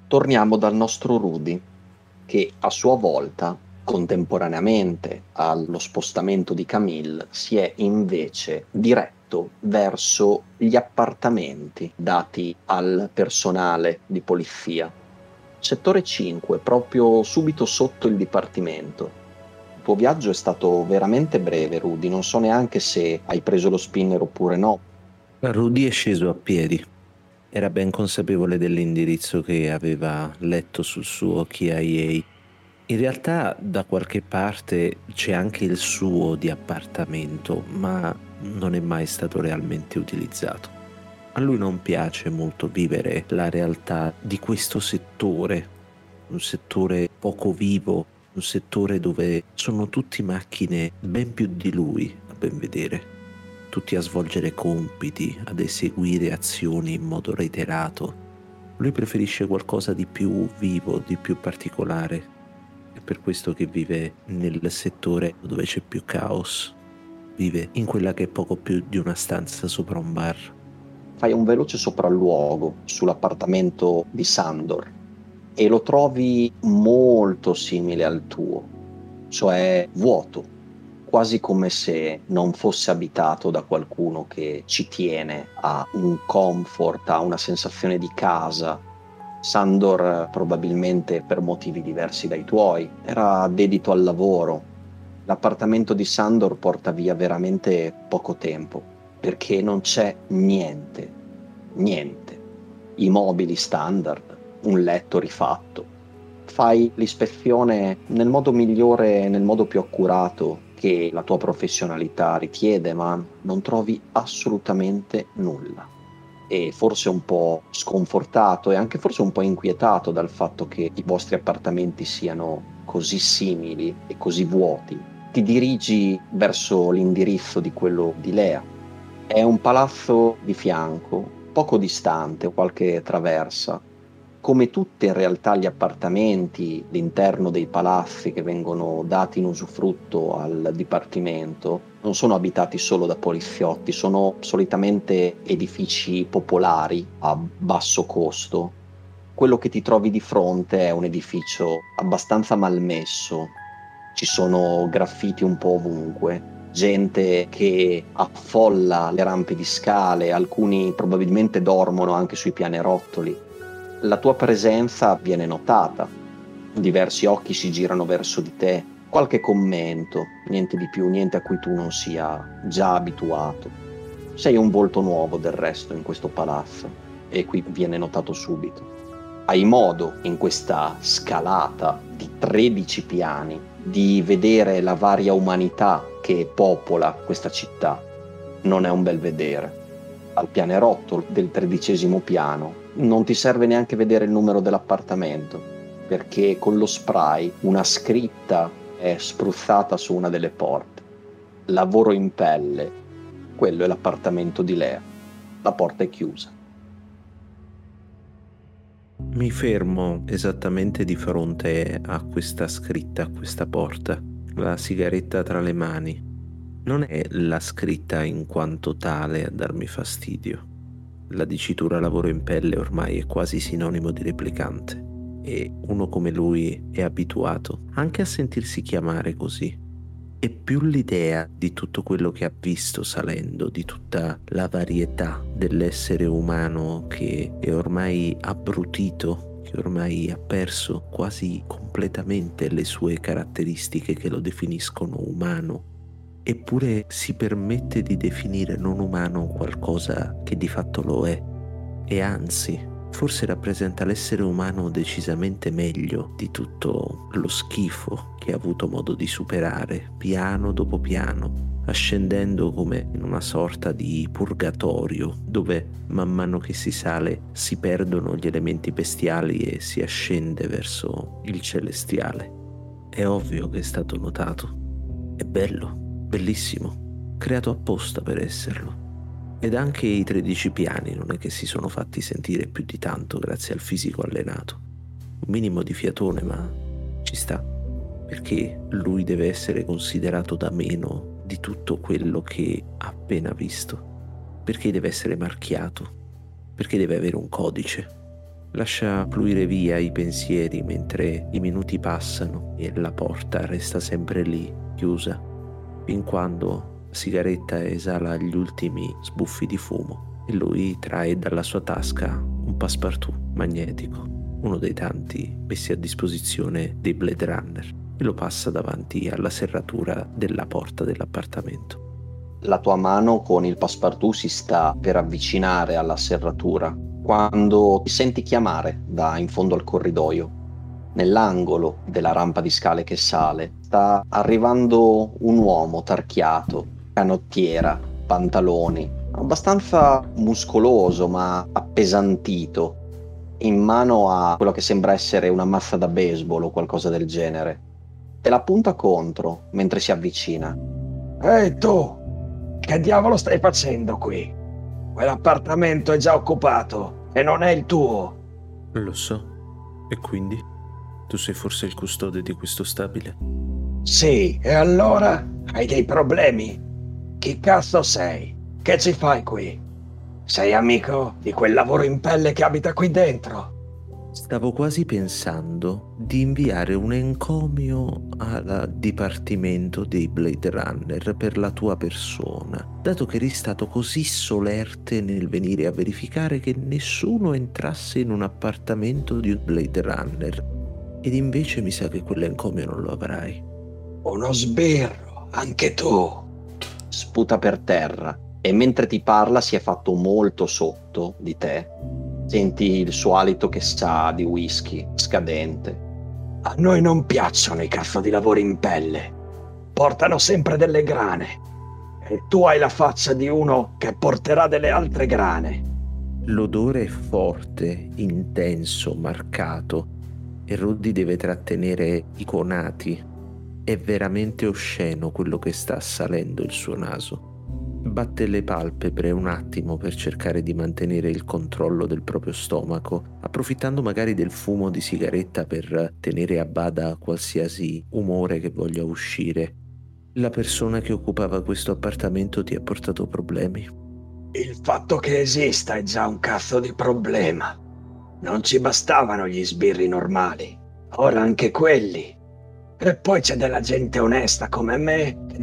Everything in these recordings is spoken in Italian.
Torniamo dal nostro Rudy, che a sua volta, contemporaneamente allo spostamento di Camille, si è invece diretto verso gli appartamenti dati al personale di polizia. Settore 5, proprio subito sotto il dipartimento. Il tuo viaggio è stato veramente breve, Rudy, non so neanche se hai preso lo spinner oppure no. Rudy è sceso a piedi. Era ben consapevole dell'indirizzo che aveva letto sul suo Kia EA. In realtà da qualche parte c'è anche il suo di appartamento, ma non è mai stato realmente utilizzato. A lui non piace molto vivere la realtà di questo settore, un settore poco vivo, un settore dove sono tutti macchine ben più di lui, a ben vedere. Tutti a svolgere compiti, ad eseguire azioni in modo reiterato. Lui preferisce qualcosa di più vivo, di più particolare. È per questo che vive nel settore dove c'è più caos. Vive in quella che è poco più di una stanza sopra un bar. Fai un veloce sopralluogo sull'appartamento di Sandor e lo trovi molto simile al tuo, cioè vuoto, quasi come se non fosse abitato da qualcuno che ci tiene a un comfort, a una sensazione di casa. Sandor, probabilmente per motivi diversi dai tuoi, era dedito al lavoro. L'appartamento di Sandor porta via veramente poco tempo, perché non c'è niente, niente. I mobili standard, un letto rifatto. Fai l'ispezione nel modo migliore, nel modo più accurato che la tua professionalità richiede, ma non trovi assolutamente nulla. E forse un po' sconfortato e anche forse un po' inquietato dal fatto che i vostri appartamenti siano così simili e così vuoti, ti dirigi verso l'indirizzo di quello di Lea. È un palazzo di fianco, poco distante, qualche traversa. Come tutte in realtà gli appartamenti, l'interno dei palazzi che vengono dati in usufrutto al dipartimento, non sono abitati solo da poliziotti, sono solitamente edifici popolari a basso costo. Quello che ti trovi di fronte è un edificio abbastanza malmesso, ci sono graffiti un po' ovunque, gente che affolla le rampe di scale, alcuni probabilmente dormono anche sui pianerottoli. La tua presenza viene notata, diversi occhi si girano verso di te, qualche commento, niente di più, niente a cui tu non sia già abituato. Sei un volto nuovo del resto in questo palazzo e qui viene notato subito. Hai modo in questa scalata di 13 piani di vedere la varia umanità che popola questa città. Non è un bel vedere. Al pianerottolo del 13° piano non ti serve neanche vedere il numero dell'appartamento, perché con lo spray una scritta è spruzzata su una delle porte. Lavoro in pelle. Quello è l'appartamento di Lea. La porta è chiusa. Mi fermo esattamente di fronte a questa scritta, a questa porta, la sigaretta tra le mani. Non è la scritta in quanto tale a darmi fastidio. La dicitura lavoro in pelle ormai è quasi sinonimo di replicante e uno come lui è abituato anche a sentirsi chiamare così. È più l'idea di tutto quello che ha visto salendo, di tutta la varietà dell'essere umano che è ormai abbrutito, che ormai ha perso quasi completamente le sue caratteristiche che lo definiscono umano, eppure si permette di definire non umano qualcosa che di fatto lo è, e anzi forse rappresenta l'essere umano decisamente meglio di tutto lo schifo che ha avuto modo di superare piano dopo piano, ascendendo come in una sorta di purgatorio dove man mano che si sale si perdono gli elementi bestiali e si ascende verso il celestiale. È ovvio che è stato notato. È bello, bellissimo, creato apposta per esserlo. Ed anche i 13 piani non è che si sono fatti sentire più di tanto grazie al fisico allenato. Un minimo di fiatone, ma ci sta. Perché lui deve essere considerato da meno di tutto quello che ha appena visto? Perché deve essere marchiato? Perché deve avere un codice? Lascia fluire via i pensieri mentre i minuti passano e la porta resta sempre lì, chiusa, fin quando la sigaretta esala gli ultimi sbuffi di fumo e lui trae dalla sua tasca un passepartout magnetico, uno dei tanti messi a disposizione dei Blade Runner, e lo passa davanti alla serratura della porta dell'appartamento. La tua mano con il passepartout si sta per avvicinare alla serratura quando ti senti chiamare da in fondo al corridoio. Nell'angolo della rampa di scale che sale sta arrivando un uomo tarchiato, canottiera, pantaloni, abbastanza muscoloso ma appesantito. In mano ha quello che sembra essere una mazza da baseball o qualcosa del genere. Te la punta contro mentre si avvicina. Ehi tu, che diavolo stai facendo qui? Quell'appartamento è già occupato e non è il tuo. Lo so. E quindi? Tu sei forse il custode di questo stabile? Sì, e allora? Hai dei problemi? Chi cazzo sei? Che ci fai qui? Sei amico di quel lavoro in pelle che abita qui dentro? Stavo quasi pensando di inviare un encomio al Dipartimento dei Blade Runner per la tua persona, dato che eri stato così solerte nel venire a verificare che nessuno entrasse in un appartamento di un Blade Runner. Ed invece mi sa che quell'encomio non lo avrai. Uno sbirro, anche tu. Sputa per terra e mentre ti parla si è fatto molto sotto di te. Senti il suo alito che sa di whisky, scadente. A noi non piacciono i cazzo di lavori in pelle. Portano sempre delle grane. E tu hai la faccia di uno che porterà delle altre grane. L'odore è forte, intenso, marcato, e Rudy deve trattenere i conati. È veramente osceno quello che sta assalendo il suo naso. Batte le palpebre un attimo per cercare di mantenere il controllo del proprio stomaco, approfittando magari del fumo di sigaretta per tenere a bada qualsiasi umore che voglia uscire. La persona che occupava questo appartamento ti ha portato problemi? Il fatto che esista è già un cazzo di problema. Non ci bastavano gli sbirri normali, ora anche quelli. E poi c'è della gente onesta come me che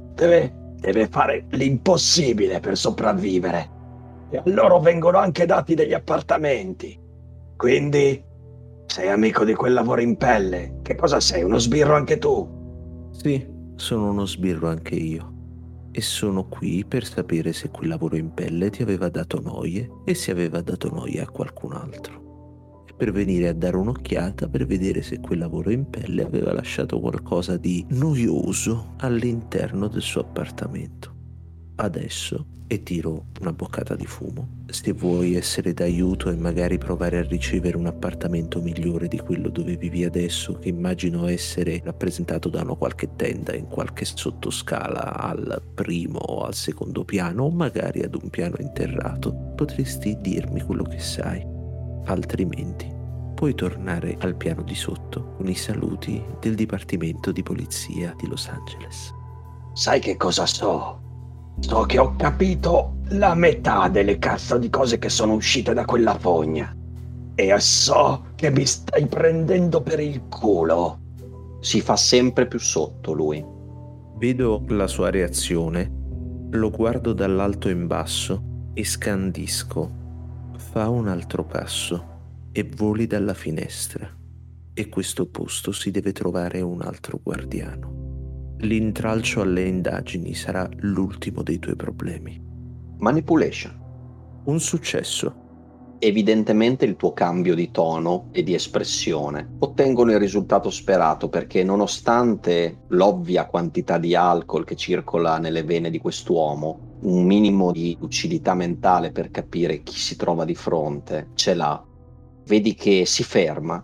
deve fare l'impossibile per sopravvivere. E a loro vengono anche dati degli appartamenti. Quindi, sei amico di quel lavoro in pelle. Che cosa sei, uno sbirro anche tu? Sì, sono uno sbirro anche io. E sono qui per sapere se quel lavoro in pelle ti aveva dato noie e se aveva dato noie a qualcun altro. E per venire a dare un'occhiata per vedere se quel lavoro in pelle aveva lasciato qualcosa di noioso all'interno del suo appartamento. Adesso, e tiro una boccata di fumo, se vuoi essere d'aiuto e magari provare a ricevere un appartamento migliore di quello dove vivi adesso, che immagino essere rappresentato da una qualche tenda in qualche sottoscala al primo o al secondo piano, o magari ad un piano interrato, potresti dirmi quello che sai. Altrimenti puoi tornare al piano di sotto con i saluti del Dipartimento di Polizia di Los Angeles. Sai che cosa so? So che ho capito la metà delle cazzo di cose che sono uscite da quella fogna. E so che mi stai prendendo per il culo. Si fa sempre più sotto lui. Vedo la sua reazione, lo guardo dall'alto in basso e scandisco. Fa un altro passo e voli dalla finestra. E questo posto si deve trovare un altro guardiano. L'intralcio alle indagini sarà l'ultimo dei tuoi problemi. Manipulation. Un successo. Evidentemente il tuo cambio di tono e di espressione ottengono il risultato sperato, perché nonostante l'ovvia quantità di alcol che circola nelle vene di quest'uomo, un minimo di lucidità mentale per capire chi si trova di fronte ce l'ha. Vedi che si ferma,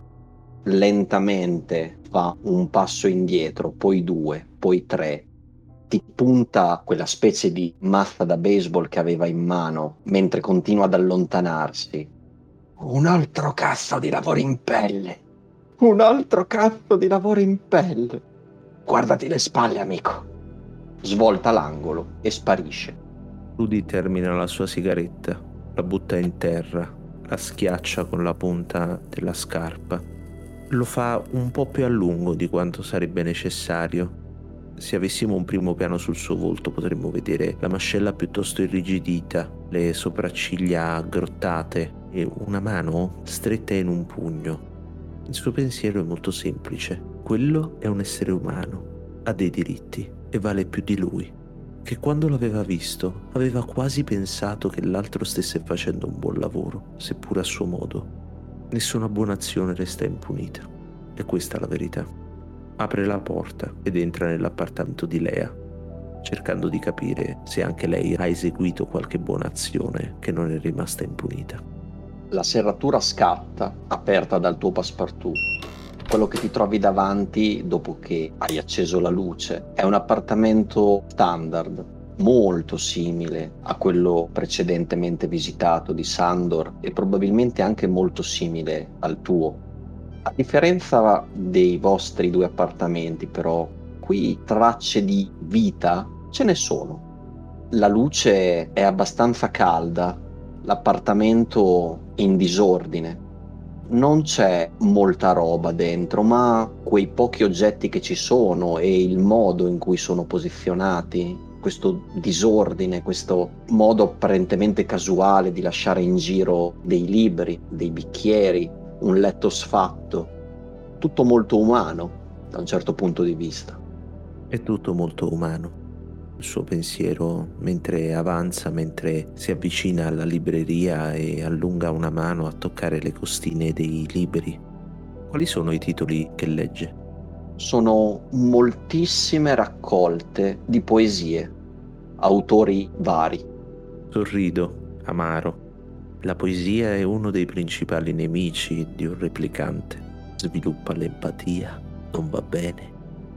lentamente fa un passo indietro, poi 2, poi 3, ti punta quella specie di mazza da baseball che aveva in mano mentre continua ad allontanarsi. Un altro cazzo di lavoro in pelle. Un altro cazzo di lavoro in pelle. Guardati le spalle, amico. Svolta l'angolo e sparisce. Rudy termina la sua sigaretta, la butta in terra la schiaccia con la punta della scarpa. Lo fa un po' più a lungo di quanto sarebbe necessario. Se avessimo un primo piano sul suo volto potremmo vedere la mascella piuttosto irrigidita, le sopracciglia aggrottate e una mano stretta in un pugno. Il suo pensiero è molto semplice. Quello è un essere umano, ha dei diritti e vale più di lui. Che quando l'aveva visto aveva quasi pensato che l'altro stesse facendo un buon lavoro, seppur a suo modo. Nessuna buona azione resta impunita. È questa la verità. Apre la porta ed entra nell'appartamento di Lea, cercando di capire se anche lei ha eseguito qualche buona azione che non è rimasta impunita. La serratura scatta, aperta dal tuo passepartout. Quello che ti trovi davanti dopo che hai acceso la luce è un appartamento standard, molto simile a quello precedentemente visitato di Sandor e probabilmente anche molto simile al tuo. A differenza dei vostri due appartamenti, però, qui tracce di vita ce ne sono. La luce è abbastanza calda, l'appartamento in disordine. Non c'è molta roba dentro, ma quei pochi oggetti che ci sono e il modo in cui sono posizionati, questo disordine, questo modo apparentemente casuale di lasciare in giro dei libri, dei bicchieri, un letto sfatto, tutto molto umano da un certo punto di vista. È tutto molto umano. Il suo pensiero mentre avanza, mentre si avvicina alla libreria e allunga una mano a toccare le costine dei libri. Quali sono i titoli che legge? Sono moltissime raccolte di poesie, autori vari. Sorrido, amaro. La poesia è uno dei principali nemici di un replicante. Sviluppa l'empatia, non va bene.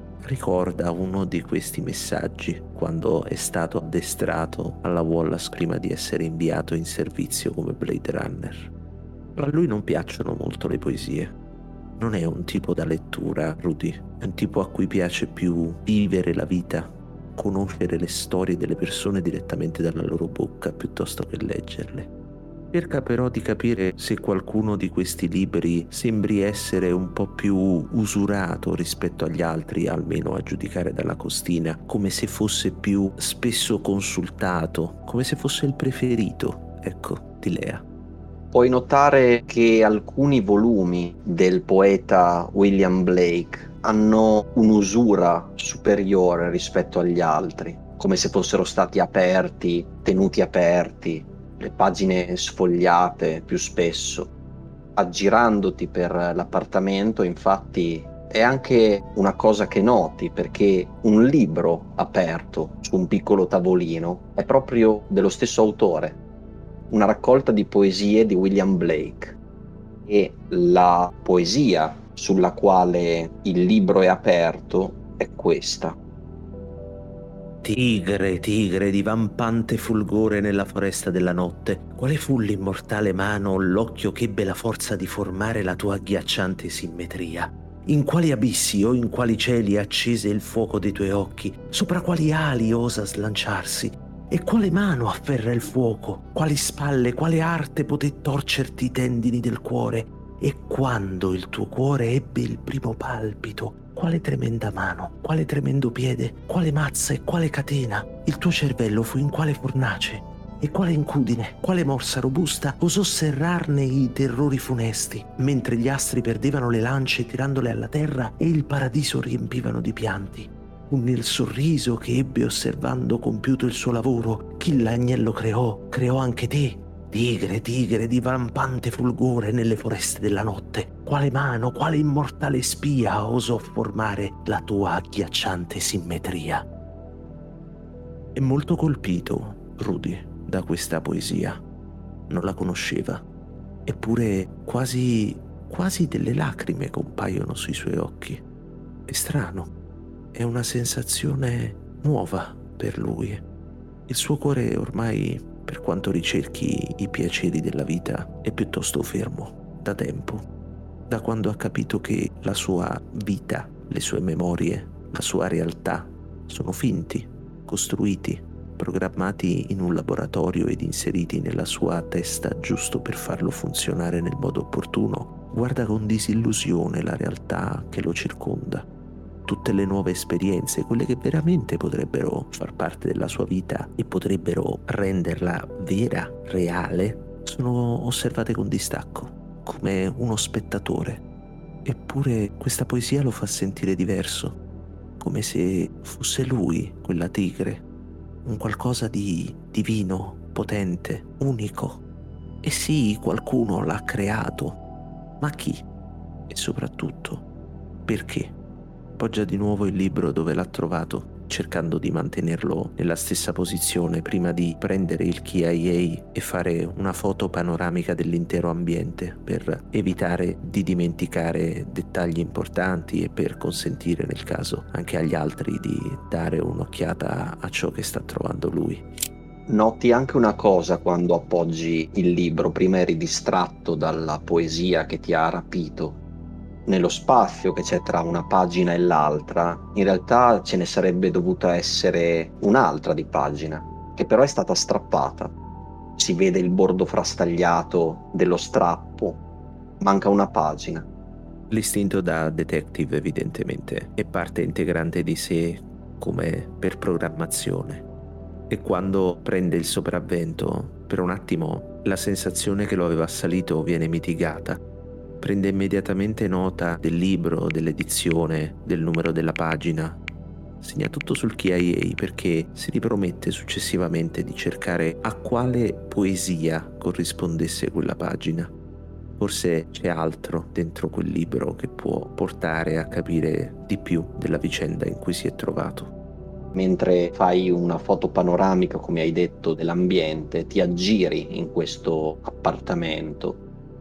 Ricorda uno di questi messaggi quando è stato addestrato alla Wallace prima di essere inviato in servizio come Blade Runner. A lui non piacciono molto le poesie. Non è un tipo da lettura, Rudy. È un tipo a cui piace più vivere la vita, conoscere le storie delle persone direttamente dalla loro bocca piuttosto che leggerle. Cerca però di capire se qualcuno di questi libri sembri essere un po' più usurato rispetto agli altri, almeno a giudicare dalla costina, come se fosse più spesso consultato, come se fosse il preferito, ecco, di Lea. Puoi notare che alcuni volumi del poeta William Blake hanno un'usura superiore rispetto agli altri, come se fossero stati aperti, tenuti aperti, le pagine sfogliate più spesso. Aggirandoti per l'appartamento, infatti, è anche una cosa che noti, perché un libro aperto su un piccolo tavolino è proprio dello stesso autore, una raccolta di poesie di William Blake, e la poesia sulla quale il libro è aperto è questa. Tigre, tigre di vampante fulgore nella foresta della notte, quale fu l'immortale mano o l'occhio che ebbe la forza di formare la tua agghiacciante simmetria? In quali abissi o in quali cieli accese il fuoco dei tuoi occhi? Sopra quali ali osa slanciarsi? E quale mano afferra il fuoco? Quali spalle, quale arte poté torcerti i tendini del cuore? E quando il tuo cuore ebbe il primo palpito, quale tremenda mano, quale tremendo piede, quale mazza e quale catena? Il tuo cervello fu in quale fornace? E quale incudine, quale morsa robusta osò serrarne i terrori funesti, mentre gli astri perdevano le lance tirandole alla terra e il paradiso riempivano di pianti? Fu nel sorriso che ebbe osservando compiuto il suo lavoro. Chi l'agnello creò, creò anche te. Tigre, tigre di vampante fulgore nelle foreste della notte, quale mano, quale immortale spia osò formare la tua agghiacciante simmetria? È molto colpito, Rudy, da questa poesia. Non la conosceva, eppure quasi delle lacrime compaiono sui suoi occhi. È strano, è una sensazione nuova per lui. Il suo cuore ormai, per quanto ricerchi i piaceri della vita, è piuttosto fermo da tempo, da quando ha capito che la sua vita, le sue memorie, la sua realtà sono finti, costruiti, programmati in un laboratorio ed inseriti nella sua testa giusto per farlo funzionare nel modo opportuno, guarda con disillusione la realtà che lo circonda. Tutte le nuove esperienze, quelle che veramente potrebbero far parte della sua vita e potrebbero renderla vera, reale, sono osservate con distacco, come uno spettatore. Eppure questa poesia lo fa sentire diverso, come se fosse lui, quella tigre, un qualcosa di divino, potente, unico. E sì, qualcuno l'ha creato, ma chi? E soprattutto, perché? Poggia di nuovo il libro dove l'ha trovato, cercando di mantenerlo nella stessa posizione prima di prendere il KIA e fare una foto panoramica dell'intero ambiente per evitare di dimenticare dettagli importanti e per consentire nel caso anche agli altri di dare un'occhiata a ciò che sta trovando lui. Noti anche una cosa quando appoggi il libro: prima eri distratto dalla poesia che ti ha rapito. Nello spazio che c'è tra una pagina e l'altra, in realtà ce ne sarebbe dovuta essere un'altra di pagina, che però è stata strappata. Si vede il bordo frastagliato dello strappo, manca una pagina. L'istinto da detective evidentemente è parte integrante di sé come per programmazione. E quando prende il sopravvento, per un attimo la sensazione che lo aveva assalito viene mitigata. Prende immediatamente nota del libro, dell'edizione, del numero della pagina. Segna tutto sul KIA perché si ripromette successivamente di cercare a quale poesia corrispondesse quella pagina. Forse c'è altro dentro quel libro che può portare a capire di più della vicenda in cui si è trovato. Mentre fai una foto panoramica, come hai detto, dell'ambiente, ti aggiri in questo appartamento.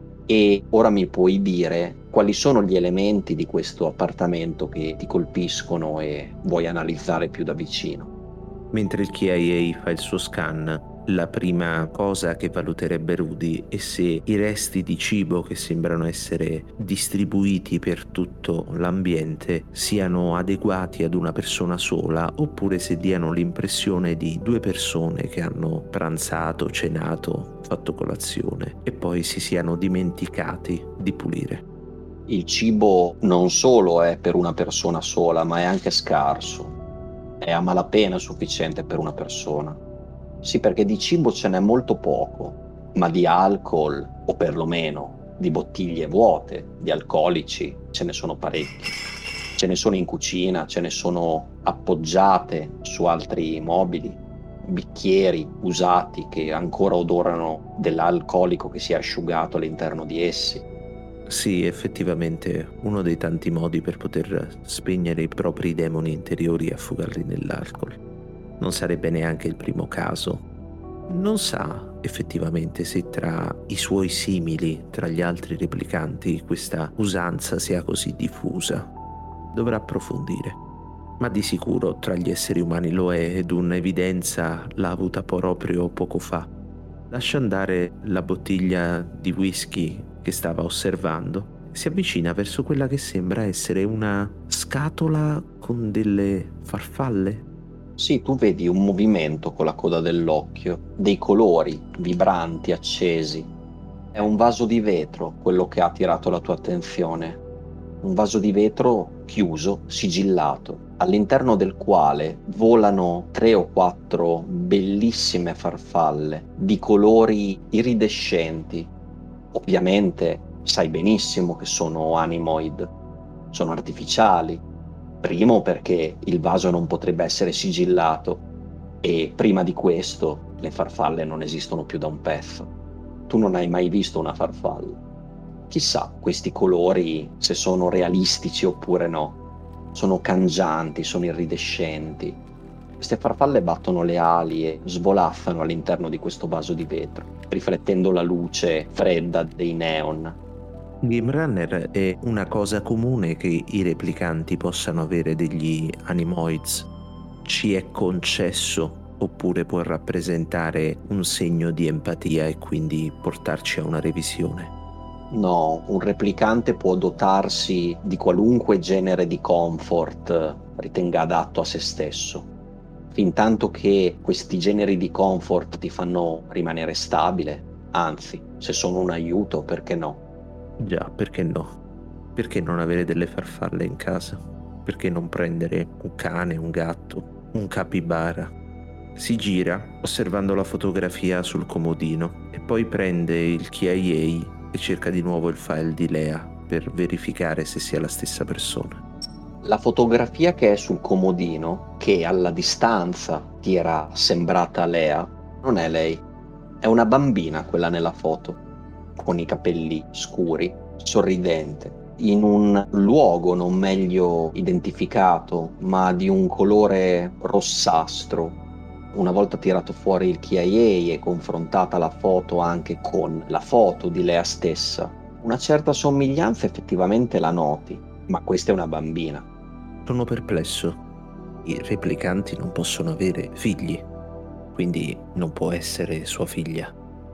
E ora mi puoi dire quali sono gli elementi di questo appartamento che ti colpiscono e vuoi analizzare più da vicino? Mentre il KIA fa il suo scan, la prima cosa che valuterebbe Rudy è se i resti di cibo che sembrano essere distribuiti per tutto l'ambiente siano adeguati ad una persona sola oppure se diano l'impressione di due persone che hanno pranzato, cenato, fatto colazione e poi si siano dimenticati di pulire. Il cibo non solo è per una persona sola, ma è anche scarso. È a malapena sufficiente per una persona. Sì, perché di cibo ce n'è molto poco, ma di alcol, o perlomeno di bottiglie vuote, di alcolici, ce ne sono parecchi. Ce ne sono in cucina, ce ne sono appoggiate su altri mobili, bicchieri usati che ancora odorano dell'alcolico che si è asciugato all'interno di essi. Sì, effettivamente uno dei tanti modi per poter spegnere i propri demoni interiori e affogarli nell'alcol. Non sarebbe neanche il primo caso. Non sa effettivamente se tra i suoi simili, tra gli altri replicanti, questa usanza sia così diffusa. Dovrà approfondire. Ma di sicuro tra gli esseri umani lo è ed un'evidenza l'ha avuta proprio poco fa. Lascia andare la bottiglia di whisky che stava osservando. Si avvicina verso quella che sembra essere una scatola con delle farfalle. Sì, tu vedi un movimento con la coda dell'occhio, dei colori vibranti, accesi. È un vaso di vetro quello che ha attirato la tua attenzione. Un vaso di vetro chiuso, sigillato, all'interno del quale volano 3 o 4 bellissime farfalle di colori iridescenti. Ovviamente sai benissimo che sono animoid, sono artificiali. Primo perché il vaso non potrebbe essere sigillato e prima di questo le farfalle non esistono più da un pezzo. Tu non hai mai visto una farfalla. Chissà questi colori se sono realistici oppure no. Sono cangianti, sono iridescenti. Queste farfalle battono le ali e svolazzano all'interno di questo vaso di vetro, riflettendo la luce fredda dei neon. Game Runner è una cosa comune che i replicanti possano avere degli animoids. Ci è concesso oppure può rappresentare un segno di empatia e quindi portarci a una revisione? No, un replicante può dotarsi di qualunque genere di comfort ritenga adatto a se stesso. Fintanto che questi generi di comfort ti fanno rimanere stabile, anzi, se sono un aiuto, perché no? Già, perché no? Perché non avere delle farfalle in casa? Perché non prendere un cane, un gatto, un capibara? Si gira osservando la fotografia sul comodino e poi prende il KIA e cerca di nuovo il file di Lea per verificare se sia la stessa persona. La fotografia che è sul comodino, che alla distanza ti era sembrata Lea, non è lei. È una bambina quella nella foto, con i capelli scuri, sorridente, in un luogo non meglio identificato, ma di un colore rossastro. Una volta tirato fuori il KIA e confrontata la foto anche con la foto di Lea stessa, una certa somiglianza effettivamente la noti, ma questa è una bambina. Sono perplesso. I replicanti non possono avere figli, quindi non può essere sua figlia.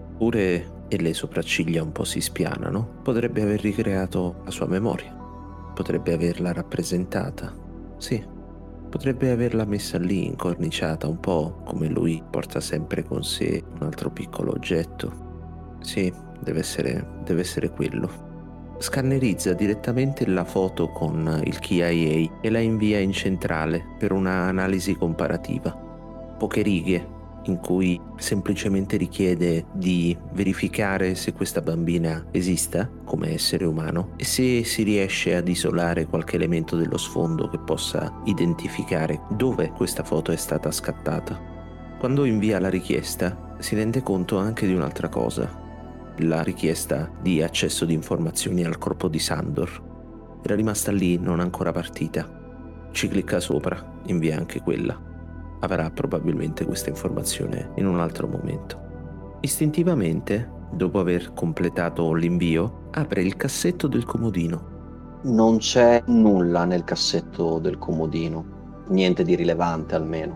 Pure, e le sopracciglia un po' si spianano, potrebbe aver ricreato la sua memoria. Potrebbe averla rappresentata. Sì, potrebbe averla messa lì incorniciata, un po' come lui porta sempre con sé un altro piccolo oggetto. Sì, deve essere quello. Scannerizza direttamente la foto con il KIA e la invia in centrale per una analisi comparativa. Poche righe in cui semplicemente richiede di verificare se questa bambina esista come essere umano e se si riesce ad isolare qualche elemento dello sfondo che possa identificare dove questa foto è stata scattata. Quando invia la richiesta si rende conto anche di un'altra cosa. La richiesta di accesso di informazioni al corpo di Sandor era rimasta lì, non ancora partita. Ci clicca sopra, invia anche quella. Avrà probabilmente questa informazione in un altro momento. Istintivamente, dopo aver completato l'invio, apre il cassetto del comodino. Non c'è nulla nel cassetto del comodino, niente di rilevante almeno.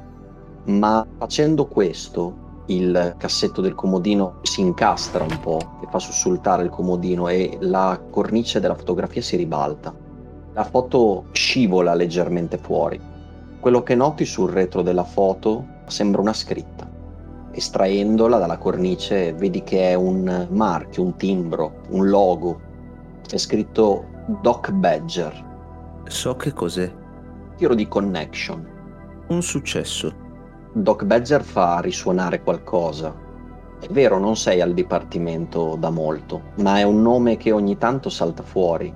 Ma facendo questo, il cassetto del comodino si incastra un po' e fa sussultare il comodino e la cornice della fotografia si ribalta. La foto scivola leggermente fuori. Quello che noti sul retro della foto sembra una scritta. Estraendola dalla cornice vedi che è un marchio, un timbro, un logo. C'è scritto Doc Badger. So che cos'è. Tiro di connection. Un successo. Doc Badger fa risuonare qualcosa. È vero, non sei al dipartimento da molto, ma è un nome che ogni tanto salta fuori.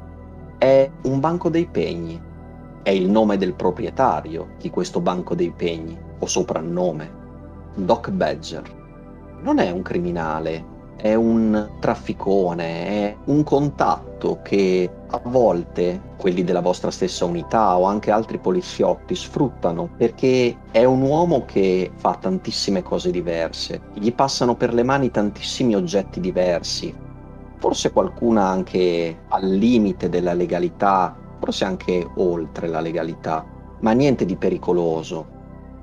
È un banco dei pegni. È il nome del proprietario di questo banco dei pegni, o soprannome. Doc Badger. Non è un criminale, è un trafficone, è un contatto che a volte quelli della vostra stessa unità o anche altri poliziotti sfruttano perché è un uomo che fa tantissime cose diverse, gli passano per le mani tantissimi oggetti diversi, forse qualcuna anche al limite della legalità, forse anche oltre la legalità, ma niente di pericoloso.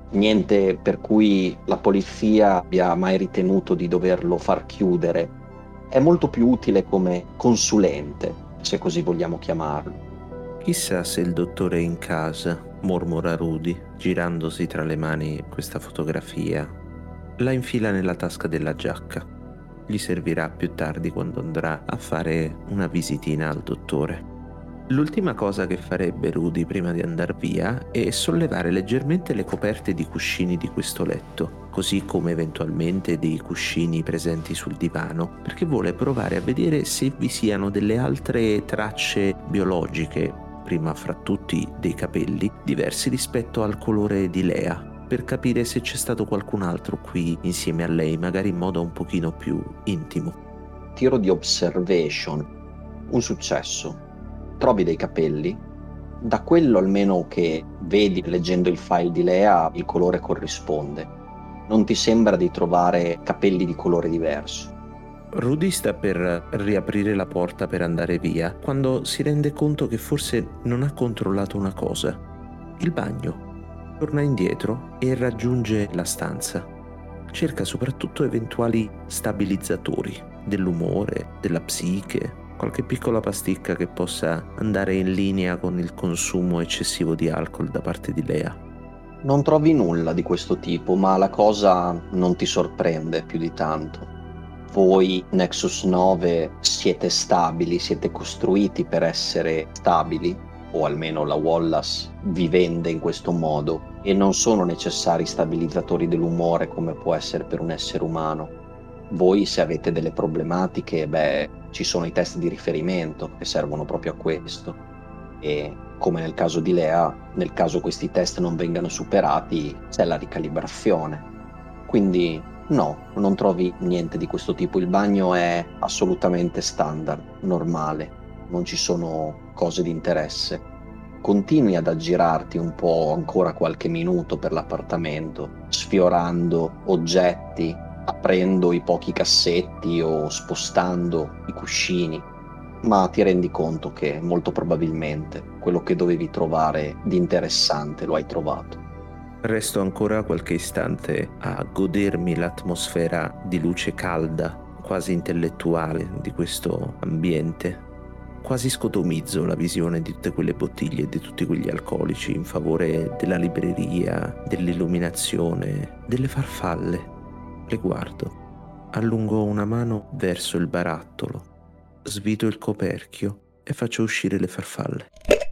Niente per cui la polizia abbia mai ritenuto di doverlo far chiudere. È molto più utile come consulente, se così vogliamo chiamarlo. Chissà se il dottore è in casa, mormora Rudy, girandosi tra le mani questa fotografia. La infila nella tasca della giacca. Gli servirà più tardi quando andrà a fare una visitina al dottore. L'ultima cosa che farebbe Rudy prima di andar via è sollevare leggermente le coperte di cuscini di questo letto, così come eventualmente dei cuscini presenti sul divano, perché vuole provare a vedere se vi siano delle altre tracce biologiche, prima fra tutti dei capelli, diversi rispetto al colore di Lea, per capire se c'è stato qualcun altro qui insieme a lei, magari in modo un pochino più intimo. Tiro di observation. Un successo. Trovi dei capelli. Da quello almeno che vedi leggendo il file di Lea, il colore corrisponde. Non ti sembra di trovare capelli di colore diverso. Rudy sta per riaprire la porta per andare via quando si rende conto che forse non ha controllato una cosa. Il bagno. Torna indietro e raggiunge la stanza. Cerca soprattutto eventuali stabilizzatori dell'umore, della psiche, qualche piccola pasticca che possa andare in linea con il consumo eccessivo di alcol da parte di Lea. Non trovi nulla di questo tipo, ma la cosa non ti sorprende più di tanto. Voi, Nexus 9, siete stabili, siete costruiti per essere stabili, o almeno la Wallace vi vende in questo modo, e non sono necessari stabilizzatori dell'umore come può essere per un essere umano. Voi, se avete delle problematiche, ci sono i test di riferimento che servono proprio a questo. E come nel caso di Lea, nel caso questi test non vengano superati, c'è la ricalibrazione. Quindi no, non trovi niente di questo tipo. Il bagno è assolutamente standard, normale, non ci sono cose di interesse. Continui ad aggirarti un po' ancora qualche minuto per l'appartamento, sfiorando oggetti, aprendo i pochi cassetti o spostando i cuscini, ma ti rendi conto che molto probabilmente quello che dovevi trovare di interessante lo hai trovato. Resto ancora qualche istante a godermi l'atmosfera di luce calda, quasi intellettuale di questo ambiente. Quasi scotomizzo la visione di tutte quelle bottiglie e di tutti quegli alcolici in favore della libreria, dell'illuminazione, delle farfalle. Le guardo, allungo una mano verso il barattolo, svito il coperchio e faccio uscire le farfalle.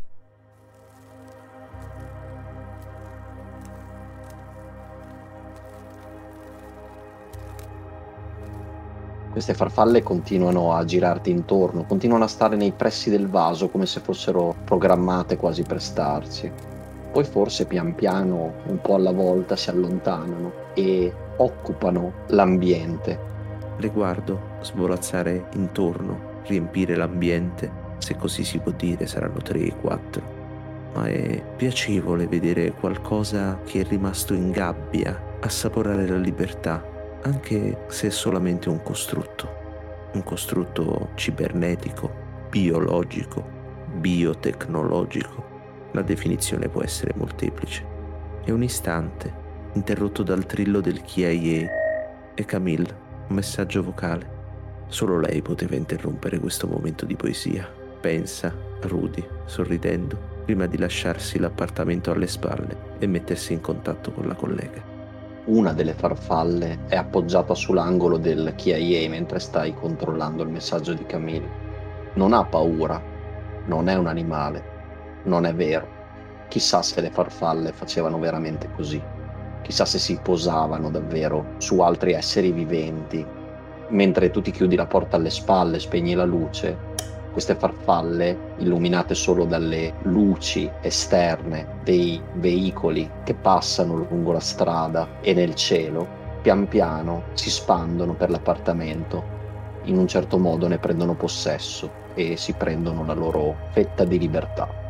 Queste farfalle continuano a girarti intorno, continuano a stare nei pressi del vaso come se fossero programmate quasi per starci. Poi forse pian piano, un po' alla volta, si allontanano e occupano l'ambiente. Le guardo svolazzare intorno, riempire l'ambiente, se così si può dire, saranno 3 o 4. Ma è piacevole vedere qualcosa che è rimasto in gabbia, assaporare la libertà, anche se è solamente un costrutto cibernetico, biologico, biotecnologico. La definizione può essere molteplice. È un istante, interrotto dal trillo del KIA, e Camille, un messaggio vocale. Solo lei poteva interrompere questo momento di poesia, pensa Rudy, sorridendo, prima di lasciarsi l'appartamento alle spalle e mettersi in contatto con la collega. Una delle farfalle è appoggiata sull'angolo del KIA mentre stai controllando il messaggio di Camille. Non ha paura, non è un animale, non è vero. Chissà se le farfalle facevano veramente così. Chissà se si posavano davvero su altri esseri viventi. Mentre tu ti chiudi la porta alle spalle, spegni la luce, queste farfalle, illuminate solo dalle luci esterne dei veicoli che passano lungo la strada e nel cielo, pian piano si spandono per l'appartamento. In un certo modo ne prendono possesso e si prendono la loro fetta di libertà.